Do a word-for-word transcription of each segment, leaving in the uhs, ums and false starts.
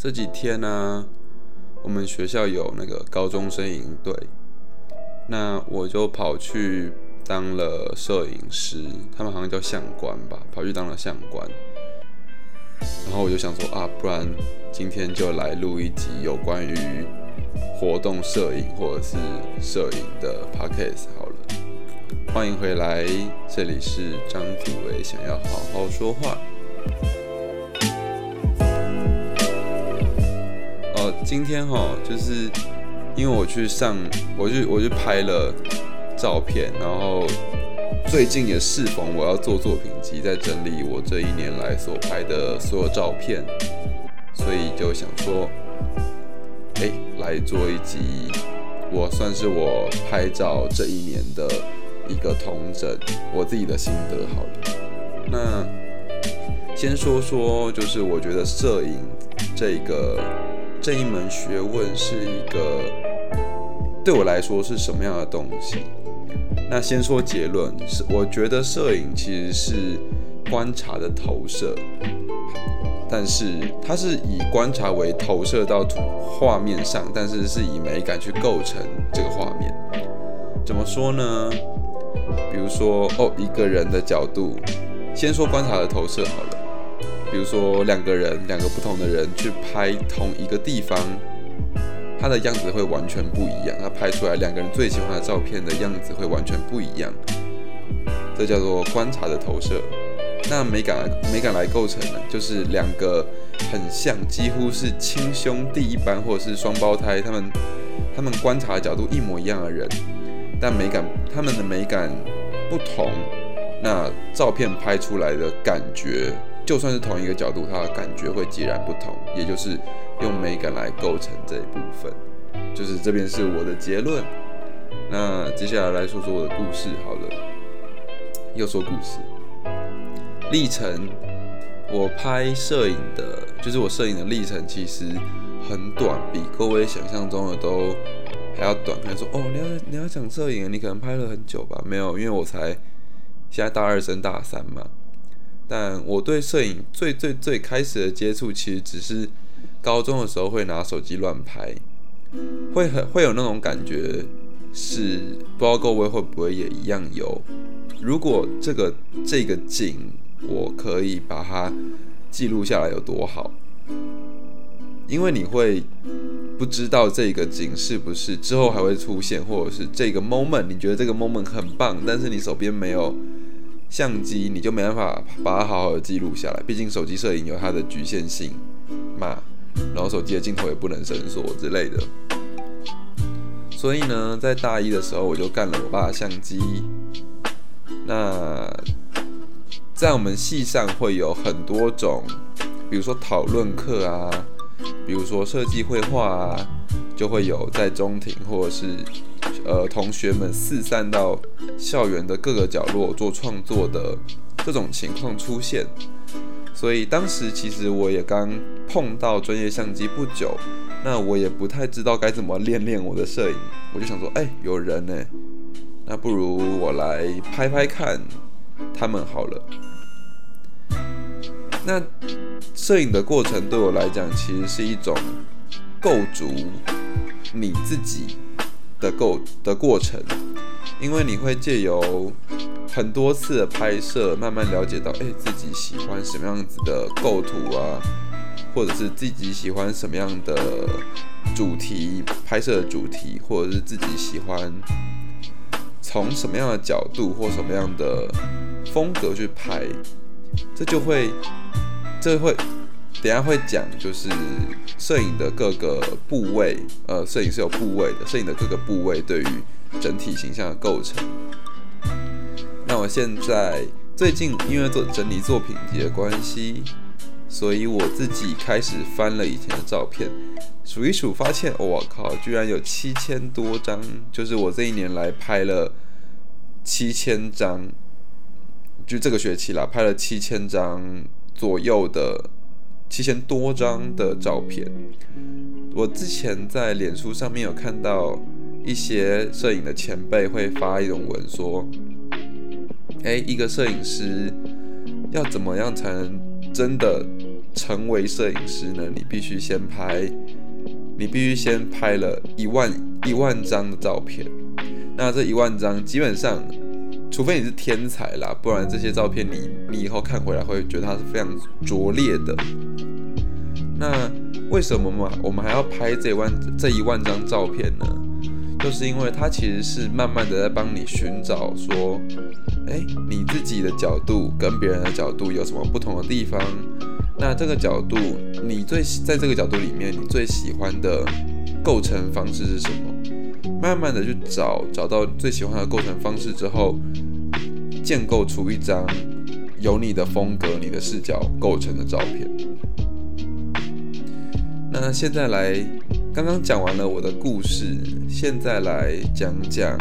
这几天呢、啊，我们学校有那个高中生营队，那我就跑去当了摄影师，他们好像叫相官吧，跑去当了相官。然后我就想说啊，不然今天就来录一集有关于活动摄影或者是摄影的 podcast 好了。欢迎回来，这里是张祖维，想要好好说话。呃，今天哈，就是因为我去上，我去我去拍了照片，然后最近也适逢我要做作品集，在整理我这一年来所拍的所有照片，所以就想说，哎，来做一集，我算是我拍照这一年的一个统整，我自己的心得好了。那先说说，就是我觉得摄影这个这一门学问是一个对我来说是什么样的东西？那先说结论，是我觉得摄影其实是观察的投射，但是它是以观察为投射到画面上，但是是以美感去构成这个画面。怎么说呢？比如说，哦，一个人的角度，先说观察的投射好了。比如说，两个人，两个不同的人去拍同一个地方，它的样子会完全不一样。它拍出来两个人最喜欢的照片的样子会完全不一样。这叫做观察的投射。那美感，美感来构成呢，就是两个很像，几乎是亲兄弟一般，或者是双胞胎，他们他们观察的角度一模一样的人，但美感他们的美感不同，那照片拍出来的感觉，就算是同一个角度，它的感觉会截然不同，也就是用美感来构成这一部分。就是这边是我的结论。那接下来来说说我的故事好了，又说故事。历程，我拍摄影的，就是我摄影的历程其实很短，比各位想象中的都还要短。可能说哦，你要你要讲摄影，你可能拍了很久吧？没有，因为我才现在大二升大三嘛。但我对摄影最最最开始的接触，其实只是高中的时候会拿手机乱拍，会很会有那种感觉，是不知道各位会不会也一样有。如果这个这个景，我可以把它记录下来有多好，因为你会不知道这个景是不是之后还会出现，或者是这个 moment 你觉得这个 moment 很棒，但是你手边没有相机，你就没办法把它好好的记录下来。毕竟手机摄影有它的局限性嘛，然后手机的镜头也不能伸缩之类的。所以呢，在大一的时候我就干了我爸的相机。那在我们系上会有很多种，比如说讨论课啊，比如说设计绘画啊，就会有在中庭或者是呃同学们四散到校园的各个角落做创作的这种情况出现。所以当时其实我也刚碰到专业相机不久，那我也不太知道该怎么练练我的摄影，我就想说，哎、欸，有人呢、欸，那不如我来拍拍看他们好了。那摄影的过程对我来讲，其实是一种构筑你自己的构的过程，因为你会借由很多次的拍摄，慢慢了解到，哎、欸，自己喜欢什么样子的构图啊，或者是自己喜欢什么样的主题，拍摄的主题，或者是自己喜欢从什么样的角度或什么样的风格去拍，这就会，这会，等一下会讲，就是摄影的各个部位，呃，摄影是有部位的，摄影的各个部位对于整体形象的构成。那我现在最近因为做整理作品集的关系，所以我自己开始翻了以前的照片，数一数发现，我、哦、靠，居然有七千多张，就是我这一年来拍了七千张，就这个学期啦，拍了七千张左右的，七千多张的照片。我之前在脸书上面有看到一些摄影的前辈会发一种文说，哎，一个摄影师要怎么样才能真的成为摄影师呢，你必须先拍，你必须先拍了一万一万张的照片。那这一万张基本上，除非你是天才啦，不然这些照片你你以后看回来会觉得它是非常拙劣的。那为什么嘛，我们还要拍这一万这一万张照片呢？就是因为它其实是慢慢的在帮你寻找说，哎，你自己的角度跟别人的角度有什么不同的地方？那这个角度，你最在这个角度里面，你最喜欢的构成方式是什么？慢慢的去找，找到最喜欢的构成方式之后，建构出一张由你的风格、你的视角构成的照片。那现在来，刚刚讲完了我的故事，现在来讲讲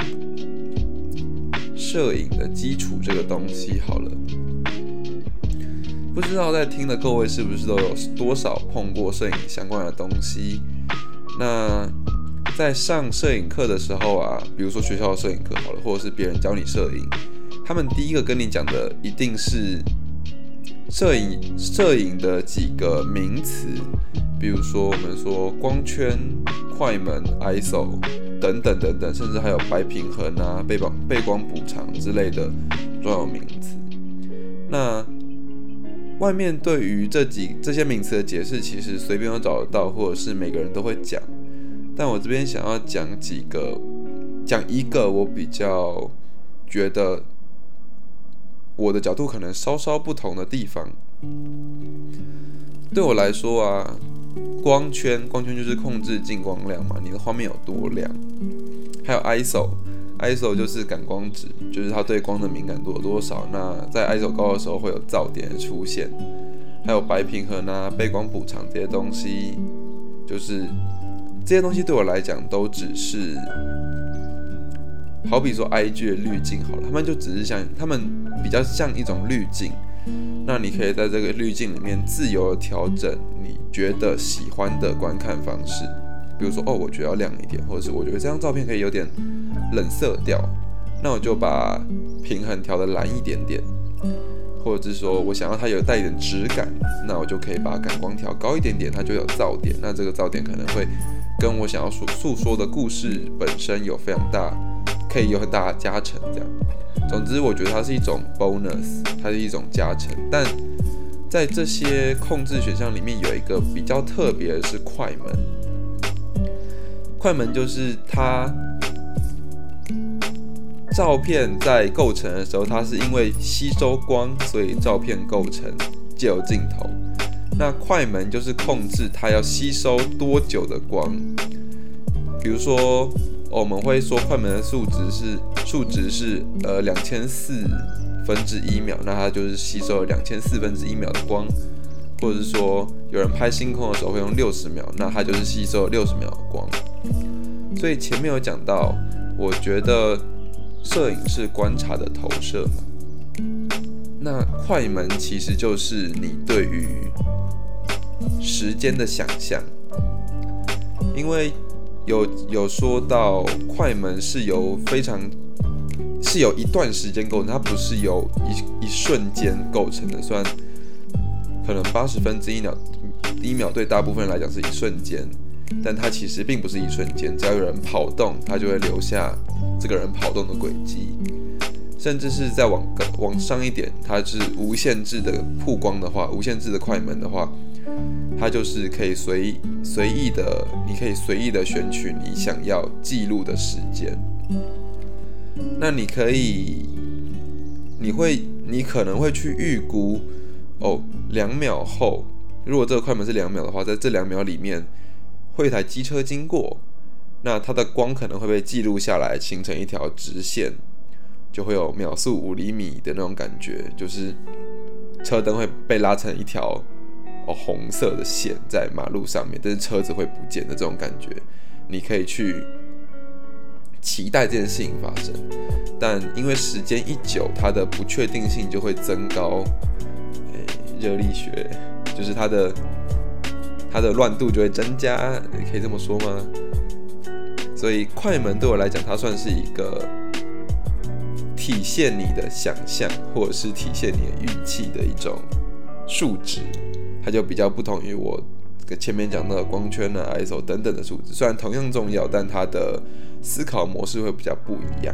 摄影的基础这个东西好了。不知道在听的各位是不是都有多少碰过摄影相关的东西？那在上摄影课的时候啊，比如说学校的摄影课好了，或者是别人教你摄影，他们第一个跟你讲的一定是摄影摄影的几个名词，比如说我们说光圈、快门、I S O 等等等等，甚至还有白平衡啊、背光背光补偿之类的重要名词。那外面对于这几这些名词的解释，其实随便都找得到，或者是每个人都会讲。但我这边想要讲几个，讲一个我比较觉得我的角度可能稍稍不同的地方。对我来说啊，光圈，光圈就是控制进光量嘛，你的画面有多亮。还有 I S O。I S O 就是感光值，就是它对光的敏感度有多少。那在 I S O 高的时候会有噪点的出现，还有白平衡啊、背光补偿这些东西，就是这些东西对我来讲都只是，好比说 I G 的滤镜好了，他们就只是像，他们比较像一种滤镜。那你可以在这个滤镜里面自由的调整你觉得喜欢的观看方式。比如说，哦，我觉得要亮一点，或者是我觉得这张照片可以有点冷色调，那我就把平衡调得蓝一点点，或者是说我想要它有带一点质感，那我就可以把感光调高一点点，它就有噪点，那这个噪点可能会跟我想要诉说的故事本身有非常大，可以有很大的加成。这样，总之我觉得它是一种 bonus， 它是一种加成。但在这些控制选项里面，有一个比较特别的是快门。快门就是它照片在构成的时候，它是因为吸收光，所以照片构成藉由镜头。那快门就是控制它要吸收多久的光。比如说，哦、我们会说快门的数值是数值是呃两千四分之一秒，那它就是吸收了两千四分之一秒的光。或者是说，有人拍星空的时候会用六十秒，那它就是吸收了六十秒的光。所以前面有讲到，我觉得摄影是观察的投射嘛。那快门其实就是你对于时间的想象，因为有有说到快门是由非常是由一段时间构成，它不是由一一瞬间构成的。虽然可能八十分之一秒，一秒对大部分人来讲是一瞬间，但它其实并不是一瞬间。只要有人跑动，它就会留下这个人跑动的轨迹。甚至是再往往上一点，它是无限制的曝光的话，无限制的快门的话，它就是可以随随意的，你可以随意的选取你想要记录的时间。那你可以，你会，你可能会去预估，哦，两秒后，如果这个快门是两秒的话，在这两秒里面会有一台机车经过，那它的光可能会被记录下来，形成一条直线。就会有秒速五厘米的那种感觉，就是车灯会被拉成一条、哦、红色的线在马路上面，但是车子会不见的这种感觉，你可以去期待这件事情发生。但因为时间一久，它的不确定性就会增高，热力学就是它的它的乱度就会增加，可以这么说吗？所以快门对我来讲，它算是一个体现你的想象，或者是体现你的语气的一种数值， 它就比较不同于我前面讲到的光圈啊、I S O 等等的数值，虽然同样重要，但它的思考模式会比较不一样。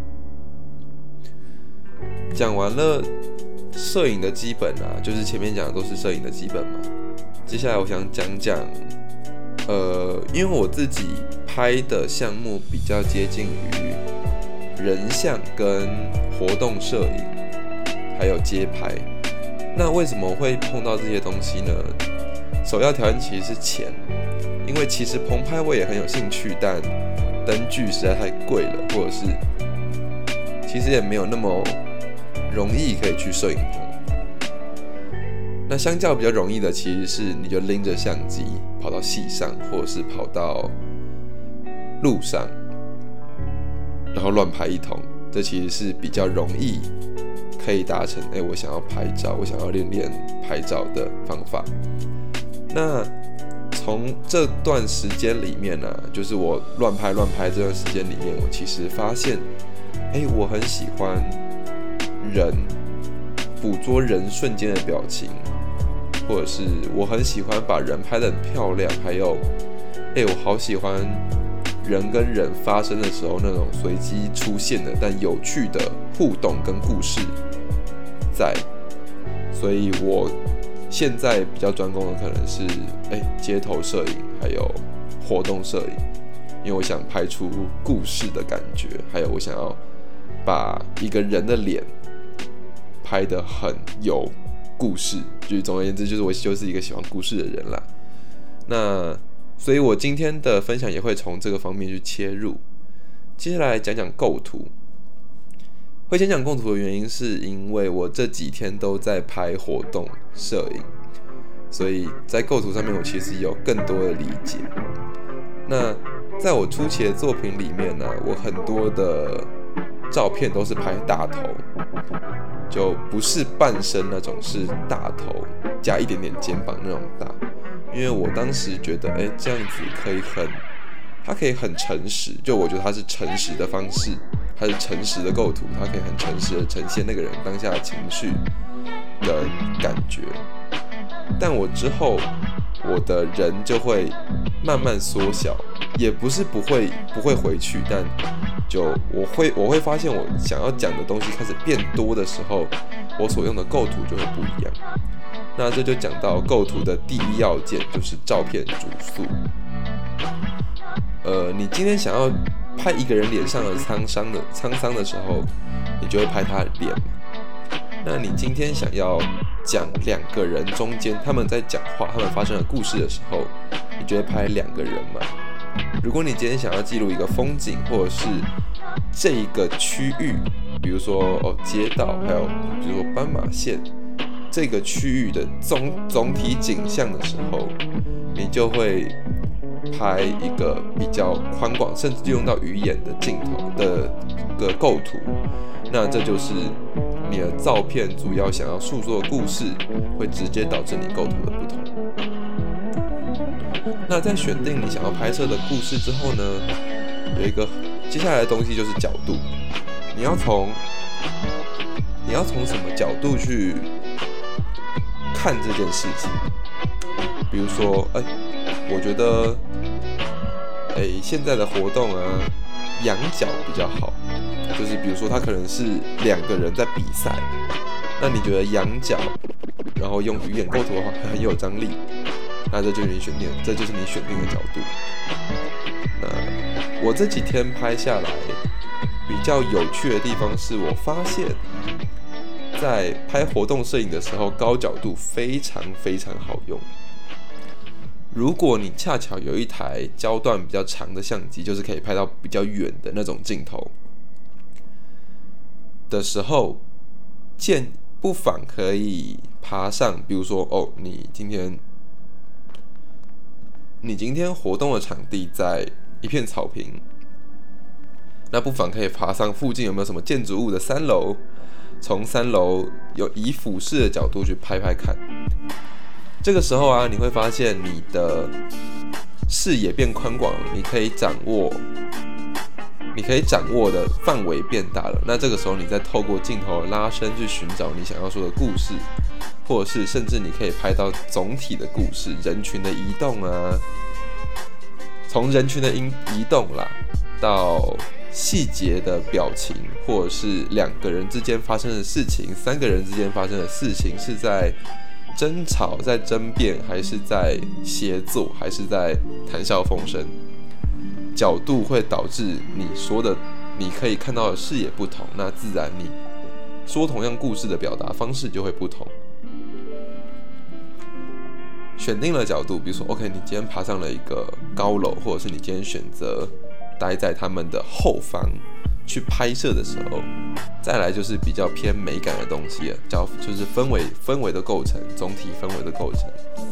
讲完了摄影的基本啊，就是前面讲的都是摄影的基本嘛。接下来我想讲讲，呃，因为我自己拍的项目比较接近于人像跟活动摄影，还有街拍。那为什么会碰到这些东西呢？首要条件其实是钱，因为其实棚拍我也很有兴趣，但灯具实在太贵了，或者是其实也没有那么容易可以去摄影棚。那相较比较容易的，其实是你就拎着相机跑到溪上，或者是跑到路上，然后乱拍一通，这其实是比较容易可以达成，哎，我想要拍照，我想要练练拍照的方法。那从这段时间里面呢、啊，就是我乱拍乱拍这段时间里面，我其实发现，哎，我很喜欢人捕捉人瞬间的表情，或者是我很喜欢把人拍得很漂亮，还有，哎，我好喜欢人跟人发生的时候那种随机出现的但有趣的互动跟故事在，所以我现在比较专攻的可能是哎街头摄影，还有活动摄影，因为我想拍出故事的感觉，还有我想要把一个人的脸拍得很有故事，就是总而言之，就是我就是一个喜欢故事的人啦。那所以我今天的分享也会从这个方面去切入。接下来讲讲构图。会先讲构图的原因，是因为我这几天都在拍活动摄影，所以在构图上面我其实有更多的理解。那在我初期的作品里面呢、啊，我很多的照片都是拍大头，就不是半身那种，是大头加一点点肩膀那种大。因为我当时觉得，哎，这样子可以很，它可以很诚实，就我觉得它是诚实的方式。它是诚实的构图，它可以很诚实的呈现那个人当下的情绪跟感觉。但我之后，我的人就会慢慢缩小，也不是不会不会回去，但就我会我会发现我想要讲的东西开始变多的时候，我所用的构图就会不一样。那这就讲到构图的第一要件，就是照片主诉。呃，你今天想要拍一个人脸上的沧桑的沧桑的时候，你就会拍他的脸嘛。那你今天想要讲两个人中间他们在讲话，他们发生了故事的时候，你就会拍两个人嘛。如果你今天想要记录一个风景，或者是这一个区域，比如说哦街道，还有比如说斑马线这个区域的总总体景象的时候，你就会拍一个比较宽广，甚至用到鱼眼的镜头的个构图。那这就是你的照片主要想要诉说的故事，会直接导致你构图的不同。那在选定你想要拍摄的故事之后呢，有一个接下来的东西就是角度。你要从你要从什么角度去看这件事情？比如说，哎、欸，我觉得，哎、欸，现在的活动啊，仰角比较好。就是比如说，它可能是两个人在比赛，那你觉得仰角，然后用鱼眼构图的话，很有张力。那这就是你选定，这就是你选定的角度。那我这几天拍下来，比较有趣的地方是我发现，在拍活动摄影的时候，高角度非常非常好用。如果你恰巧有一台焦段比较长的相机，就是可以拍到比较远的那种镜头的时候，建不妨可以爬上，比如说哦，你今天你今天活动的场地在一片草坪，那不妨可以爬上附近有没有什么建筑物的三楼，从三楼有以俯视的角度去拍拍看。这个时候啊，你会发现你的视野变宽广了，你可以掌握，你可以掌握的范围变大了。那这个时候，你再透过镜头的拉伸去寻找你想要说的故事， 或者是甚至你可以拍到总体的故事，人群的移动啊，从人群的移移动啦，到细节的表情，或者是两个人之间发生的事情，三个人之间发生的事情，是在争吵、在争辩，还是在协作，还是在谈笑风生？角度会导致你说的，你可以看到的视野不同，那自然你说同样故事的表达方式就会不同。选定了角度，比如说 OK， 你今天爬上了一个高楼，或者是你今天选择待在他们的后方去拍摄的时候，再来就是比较偏美感的东西了，叫就是氛围氛围的构成，总体氛围的构成。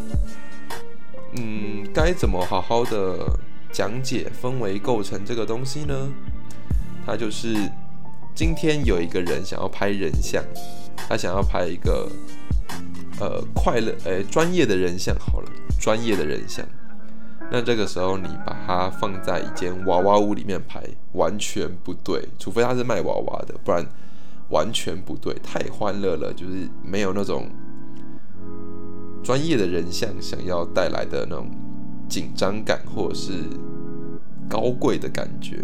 嗯，该怎么好好的讲解氛围构成这个东西呢？它就是今天有一个人想要拍人像，他想要拍一个呃快乐诶专业的人像好了，专业的人像。那这个时候你把它放在一间娃娃屋里面拍，完全不对，除非他是卖娃娃的，不然完全不对，太欢乐了，就是没有那种专业的人像想要带来的那种紧张感或者是高贵的感觉。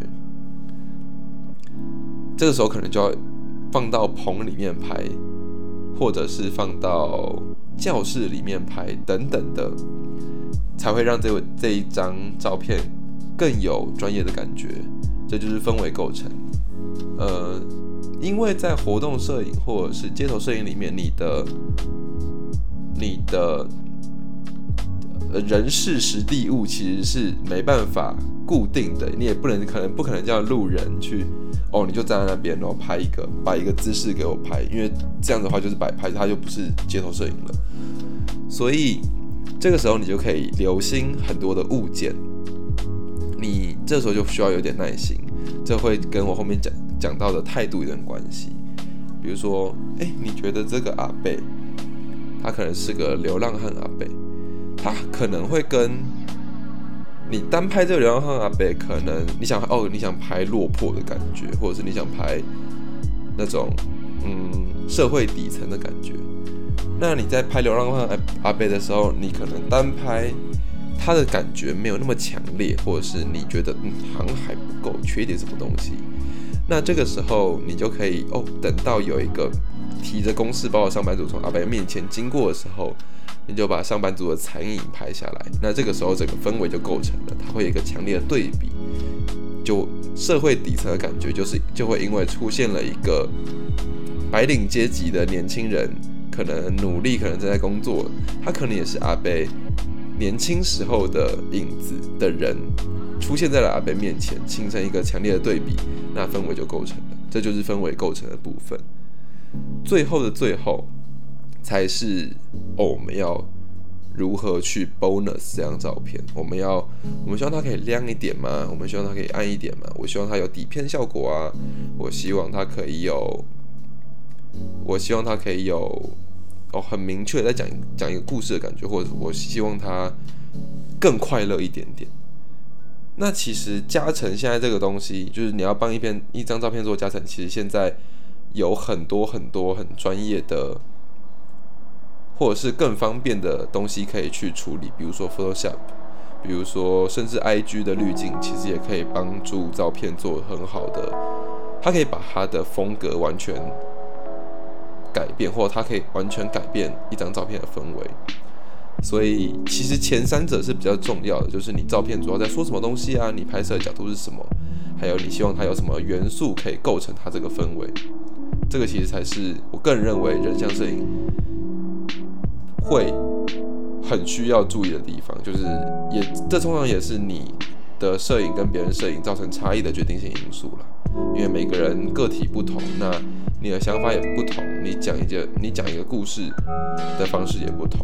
这个时候可能就要放到棚里面拍，或者是放到教室里面拍等等的，才会让 这, 这一张照片更有专业的感觉。这就是氛围构成。呃，因为在活动摄影或者是街头摄影里面，你的你的人事实地物其实是没办法固定的，你也不能可能不可能叫路人去哦，你就站在那边然后拍一个摆一个姿势给我拍，因为这样的话就是摆拍，它就不是街头摄影了。所以这个时候你就可以留心很多的物件，你这时候就需要有点耐心，这会跟我后面讲讲到的态度有点关系。比如说，哎，你觉得这个阿伯，他可能是个流浪汉阿伯，他可能会跟你单拍这个流浪汉阿伯，可能你想哦，你想拍落魄的感觉，或者是你想拍那种嗯社会底层的感觉。那你在拍流浪汉阿伯的时候，你可能单拍他的感觉没有那么强烈，或者是你觉得嗯好像还不够，缺点什么东西。那这个时候你就可以哦，等到有一个提着公事包的上班族从阿伯面前经过的时候，你就把上班族的残影拍下来。那这个时候整个氛围就构成了，它会有一个强烈的对比，就社会底层的感觉，就是就会因为出现了一个白领阶级的年轻人，可能努力，可能正在工作，他可能也是阿伯年轻时候的影子的人，出现在了阿伯面前，形成一个强烈的对比，那氛围就构成了。这就是氛围构成的部分。最后的最后，才是哦，我们要如何去 bonus 这张照片？我们要，我们希望它可以亮一点吗？我们希望它可以暗一点吗？我希望它有底片效果啊，我希望它可以有，我希望它可以有哦，很明确的在讲讲一个故事的感觉，或者我希望它更快乐一点点。那其实加成现在这个东西，就是你要帮一篇一张照片做加成，其实现在有很多很多很专业的，或者是更方便的东西可以去处理，比如说 Photoshop， 比如说甚至 I G 的滤镜，其实也可以帮助照片做很好的，它可以把它的风格完全改变，或者它可以完全改变一张照片的氛围。所以其实前三者是比较重要的，就是你照片主要在说什么东西啊，你拍摄的角度是什么，还有你希望它有什么元素可以构成它这个氛围。这个其实才是我个人认为人像摄影会很需要注意的地方，就是也这通常也是你的摄影跟别人摄影造成差异的决定性因素啦。因为每个人个体不同，那你的想法也不同，你讲一个你讲一个故事的方式也不同。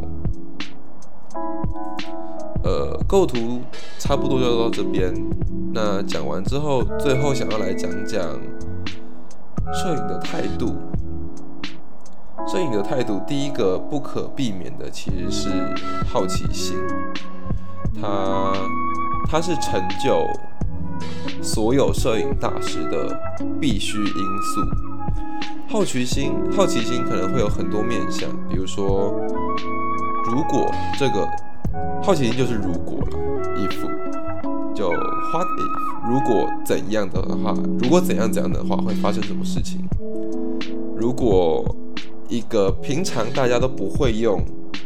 呃，构图差不多就到这边。那讲完之后，最后想要来讲讲摄影的态度。摄影的态度，第一个不可避免的其实是好奇心，它它是成就所有摄影大师的必须因素。 好奇心，好奇心可能会有很多面向，比如说，如果这个好奇心就是如果了 ，if 就 what if 如果怎样的话，如果怎样怎样的话会发生什么事情？如果一个平常大家都不会用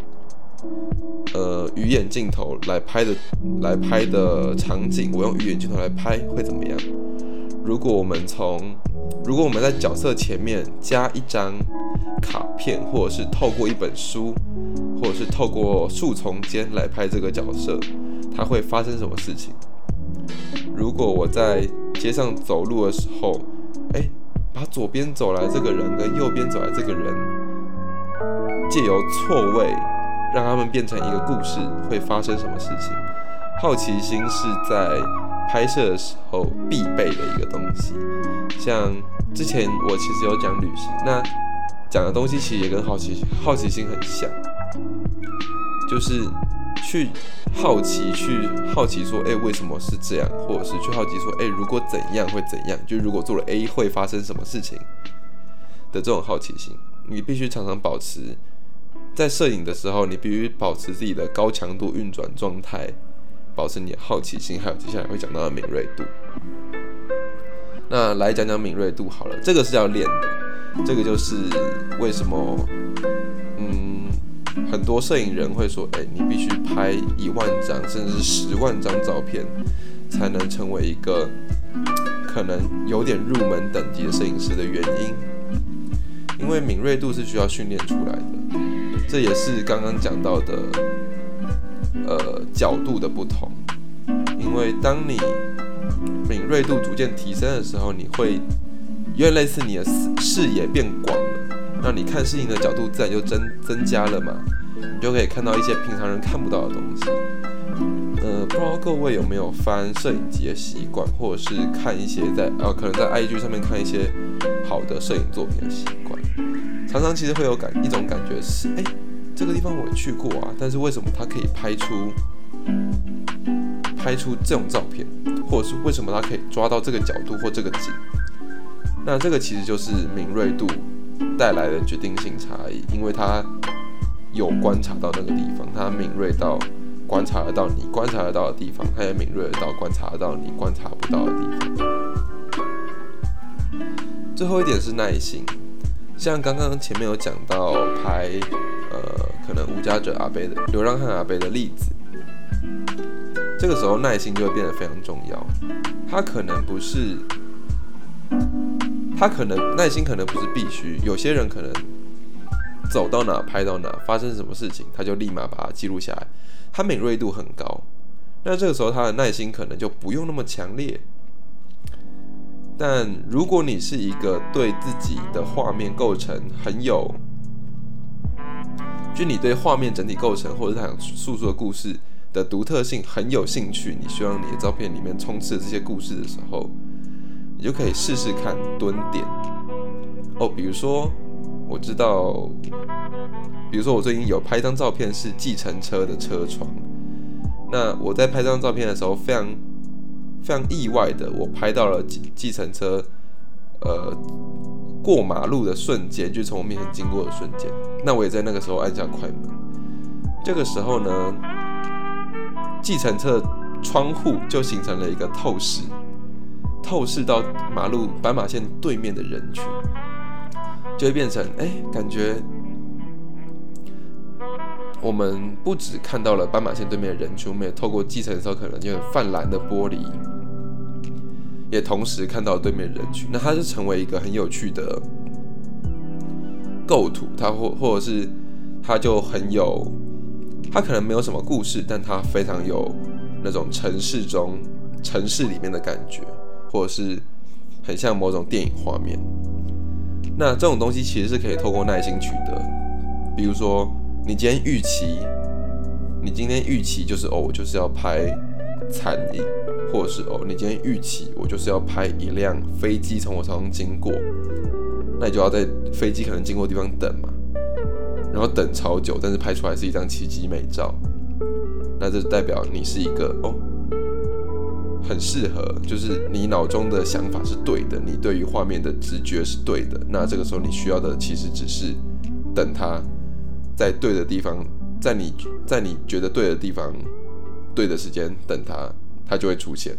呃鱼眼镜头来拍的来拍的场景，我用鱼眼镜头来拍会怎么样？如果我们从如果我们在角色前面加一张卡片，或者是透过一本书，或者是透过树丛间来拍这个角色，它会发生什么事情？如果我在街上走路的时候，哎，把左边走来这个人跟右边走来这个人，借由错位让他们变成一个故事，会发生什么事情？好奇心是在拍摄的时候必备的一个东西。像之前我其实有讲旅行，那讲的东西其实也跟好奇好奇心很像，就是去好奇去好奇说，哎，为什么是这样？或者是去好奇说，哎，如果怎样会怎样？就如果做了 A 会发生什么事情的这种好奇心，你必须常常保持。在摄影的时候，你必须保持自己的高强度运转状态，保持你的好奇心，还有接下来会讲到的敏锐度。那来讲讲敏锐度好了，这个是要练的。这个就是为什么，嗯，很多摄影人会说，哎、欸，你必须拍一万张甚至是十万张照片，才能成为一个可能有点入门等级的摄影师的原因。因为敏锐度是需要训练出来的。这也是刚刚讲到的，呃，角度的不同。因为当你敏锐度逐渐提升的时候，你会有点类似你的视野变广了，那你看事情的角度自然就增增加了嘛，你就可以看到一些平常人看不到的东西。呃，不知道各位有没有翻摄影集的习惯，或者是看一些在呃可能在 I G 上面看一些好的摄影作品的习惯。常常其实会有感一种感觉是，哎、欸，这个地方我也去过啊，但是为什么它可以拍出拍出这种照片，或者是为什么它可以抓到这个角度或这个景？那这个其实就是敏锐度带来的决定性差异，因为它有观察到那个地方，它敏锐到观察得到你观察得到的地方，它也敏锐得到观察得到你观察不到的地方。最后一点是耐心。像刚刚前面有讲到拍，呃，可能无家者阿伯的流浪汉阿伯的例子，这个时候耐心就会变得非常重要。他可能不是，他可能耐心可能不是必须，有些人可能走到哪拍到哪，发生什么事情他就立马把它记录下来，他敏锐度很高，那这个时候他的耐心可能就不用那么强烈。但如果你是一个对自己的画面构成很有，就你对画面整体构成或者他想诉说的故事的独特性很有兴趣，你希望你的照片里面充斥这些故事的时候，你就可以试试看蹲点。哦，比如说我知道，比如说我最近有拍一张照片是计程车的车窗，那我在拍这张照片的时候非常。非常意外的，我拍到了计程车，呃，过马路的瞬间，就从我面前经过的瞬间。那我也在那个时候按下快门。这个时候呢，计程车窗户就形成了一个透视，透视到马路斑马线对面的人群，就会变成，哎、欸，感觉我们不只看到了斑马线对面的人群，我们也透过计程车可能有点泛蓝的玻璃，也同时看到了对面的人群。那它就成为一个很有趣的构图，它或或者是它就很有，它可能没有什么故事，但它非常有那种城市中城市里面的感觉，或者是很像某种电影画面。那这种东西其实是可以透过耐心取得，比如说。你今天预期，你今天预期就是哦，我就是要拍餐饮，或者是哦，你今天预期我就是要拍一辆飞机从我头上经过，那你就要在飞机可能经过的地方等嘛，然后等超久，但是拍出来是一张奇迹美照，那这代表你是一个哦， 很适合，就是你脑中的想法是对的，你对于画面的直觉是对的，那这个时候你需要的其实只是等它在对的地方，在你在你觉得对的地方，对的时间等它，它就会出现。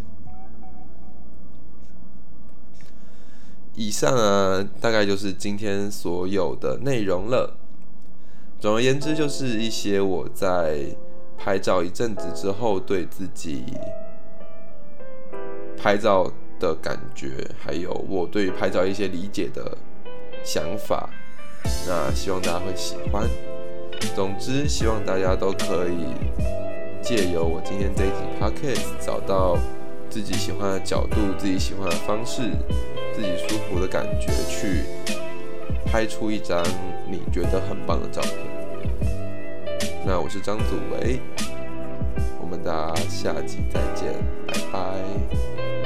以上啊，大概就是今天所有的内容了。总而言之，就是一些我在拍照一阵子之后，对自己拍照的感觉，还有我对于拍照一些理解的想法。那希望大家会喜欢。总之，希望大家都可以借由我今天这一集 podcast 找到自己喜欢的角度、自己喜欢的方式、自己舒服的感觉，去拍出一张你觉得很棒的照片。那我是张祖维，我们大家下集再见，拜拜。